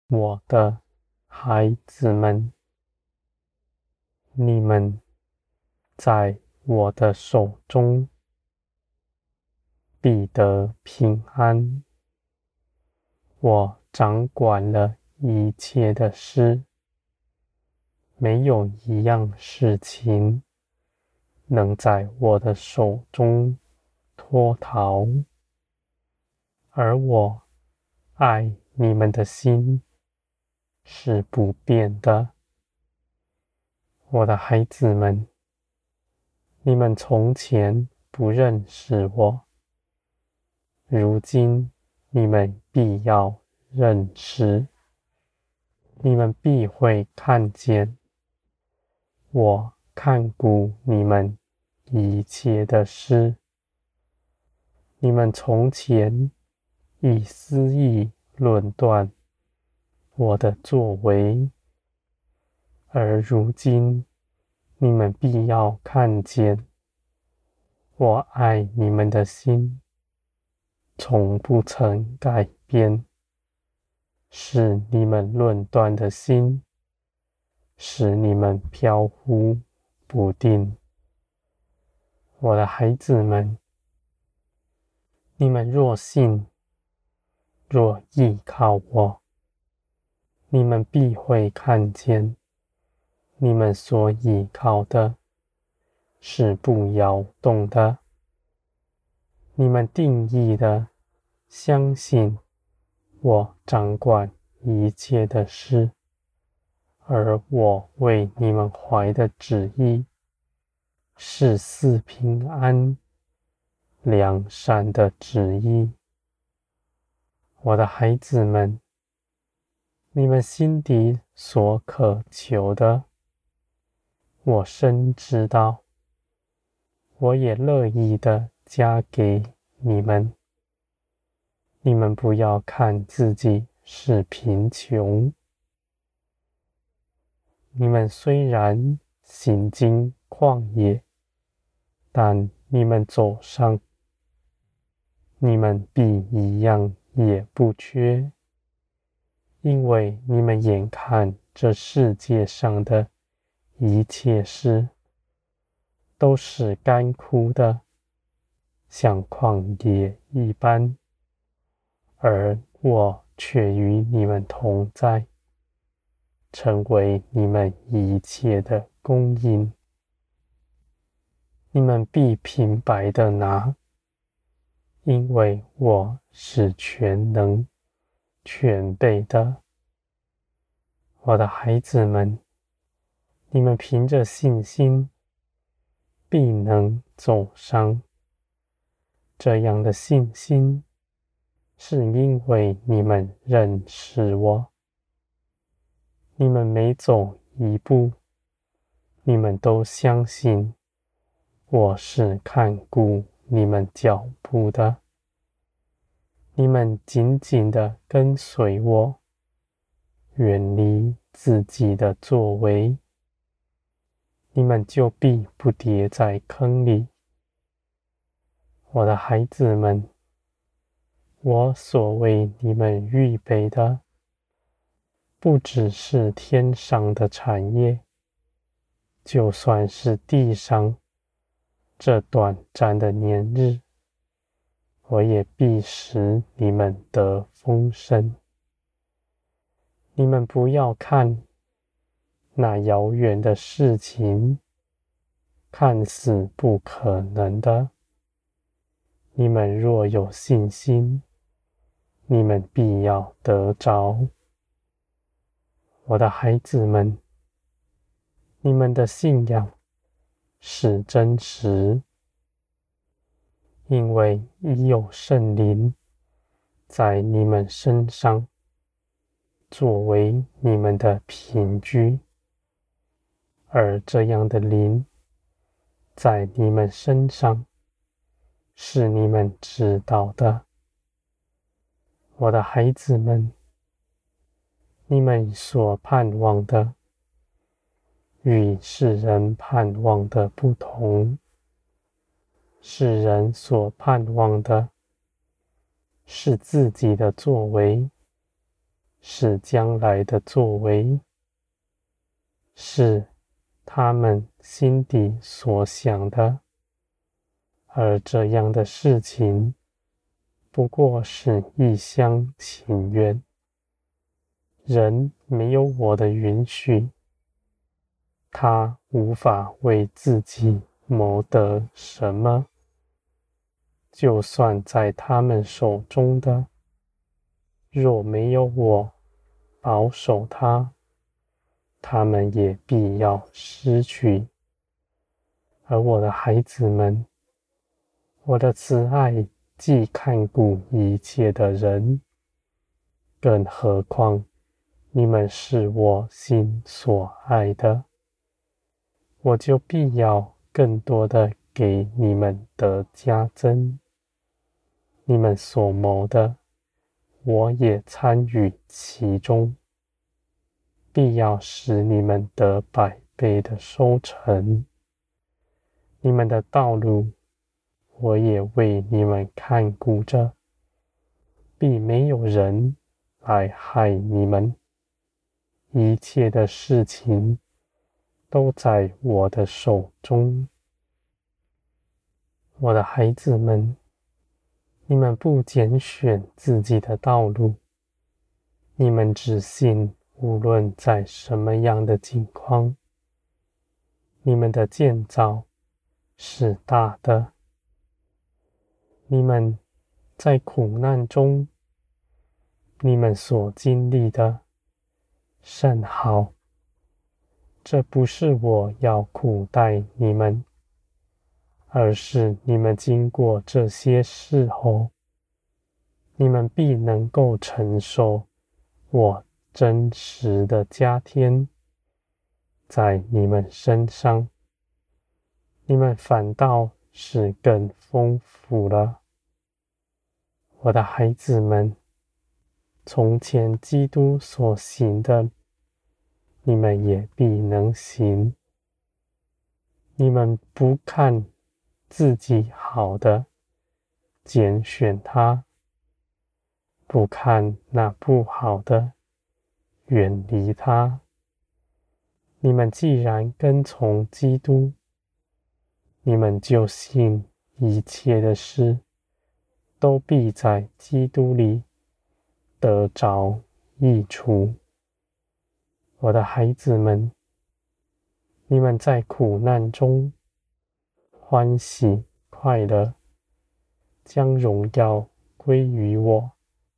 我的孩子们，你们在我的手中必得平安。我掌管了一切的事，没有一样事情能在我的手中脱逃，而我爱你们的心是不变的。我的孩子们，你们从前不认识我，如今你们必要认识，你们必会看见我看顾你们一切的事。你们从前以私意论断我的作为，而如今你们必要看见我爱你们的心从不曾改变，是你们论断的心使你们飘忽不定。我的孩子们，你们若信，若依靠我，你们必会看见，你们所依靠的是不摇动的。你们定义的相信我掌管一切的事，而我为你们怀的旨意是赐平安、良善的旨意。我的孩子们，你们心底所渴求的，我深知道，我也乐意的加给你们。你们不要看自己是贫穷，你们虽然行经旷野，但你们走上，你们必一样也不缺，因为你们眼看这世界上的一切事都是干枯的，像旷野一般，而我却与你们同在，成为你们一切的供应。你们必平白的拿，因为我是全能、全备的。我的孩子们，你们凭着信心必能走上。这样的信心是因为你们认识我，你们每走一步，你们都相信我是看顾你们脚步的。你们紧紧地跟随我，远离自己的作为，你们就必不跌在坑里。我的孩子们，我所为你们预备的，不只是天上的产业，就算是地上这短暂的年日，我也必使你们得丰盛。你们不要看那遥远的事情，看似不可能的。你们若有信心，你们必要得着。我的孩子们，你们的信仰是真实，因为已有圣灵在你们身上作为你们的凭据，而这样的灵在你们身上是你们知道的。我的孩子们，你们所盼望的与世人盼望的不同。世人所盼望的是自己的作为， 是将来的作为，是他们心底所想的，而这样的事情不过是一厢情愿。人没有我的允许，他无法为自己谋得什么。就算在他们手中的，若没有我保守他，他们也必要失去。而我的孩子们，我的慈爱既看顾一切的人，更何况你们是我心所爱的，我就必要更多的给你们的加增。你们所谋的，我也参与其中，必要使你们得百倍的收成。你们的道路，我也为你们看顾着，必没有人来害你们。一切的事情都在我的手中。我的孩子们，你们不拣选自己的道路，你们只信无论在什么样的境况，你们的建造是大的。你们在苦难中，你们所经历的甚好。这不是我要苦待你们，而是你们经过这些事后，你们必能够承受我真实的加添在你们身上，你们反倒是更丰富了。我的孩子们，从前基督所行的，你们也必能行。你们不看自己好的，拣选它；不看那不好的，远离它。你们既然跟从基督，你们就信一切的事，都必在基督里得着益处。我的孩子们，你们在苦难中欢喜快乐，将荣耀归于我。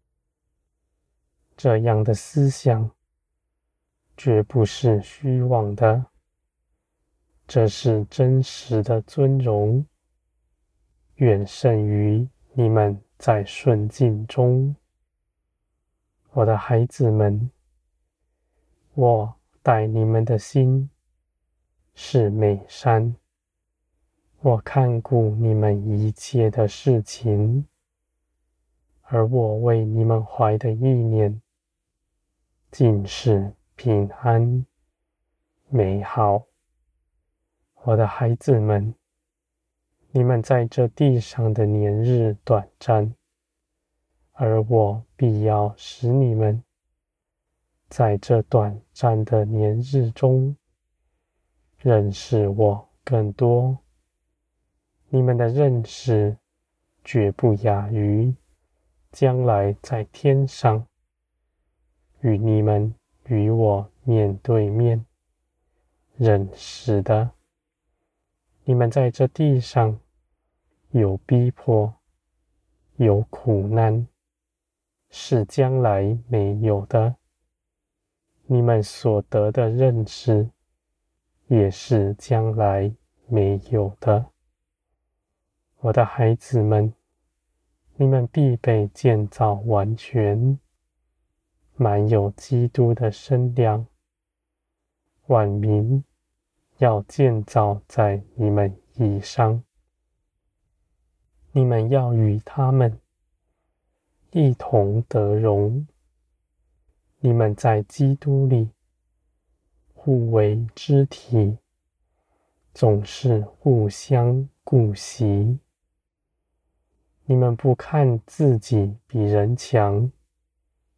这样的思想绝不是虚妄的，这是真实的尊荣，远胜于你们在顺境中。我的孩子们，我待你们的心是美善，我看顾你们一切的事情，而我为你们怀的意念尽是平安美好。我的孩子们，你们在这地上的年日短暂，而我必要使你们在这短暂的年日中认识我更多。你们的认识绝不亚于将来在天上与你们与我面对面认识的。你们在这地上有逼迫，有苦难，是将来没有的。你们所得的认识，也是将来没有的。我的孩子们，你们必被建造完全，满有基督的身量。万民要建造在你们以上，你们要与他们一同得荣。你们在基督里互为肢体，总是互相顾惜。你们不看自己比人强，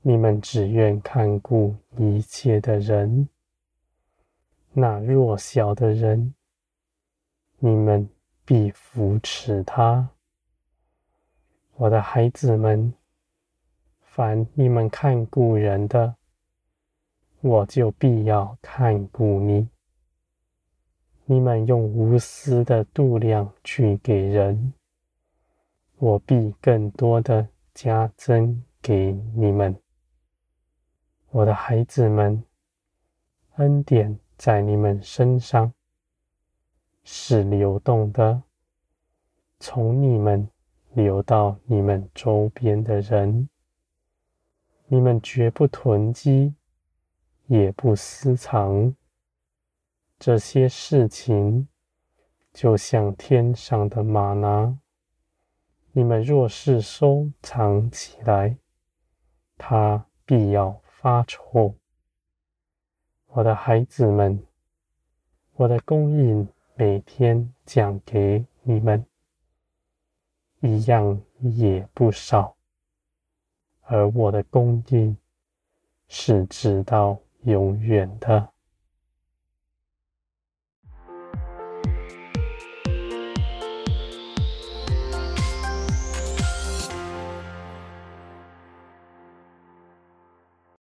你们只愿看顾一切的人，那弱小的人，你们必扶持他。我的孩子们，凡你们看顾人的，我就必要看顾你。你们用无私的度量去给人，我必更多的加增给你们。我的孩子们，恩典在你们身上是流动的，从你们流到你们周边的人。你们绝不囤积，也不私藏。这些事情就像天上的玛拿，你们若是收藏起来，它必要发臭。我的孩子们，我的供应每天降给你们，一样也不少，而我的供应是直到永远的。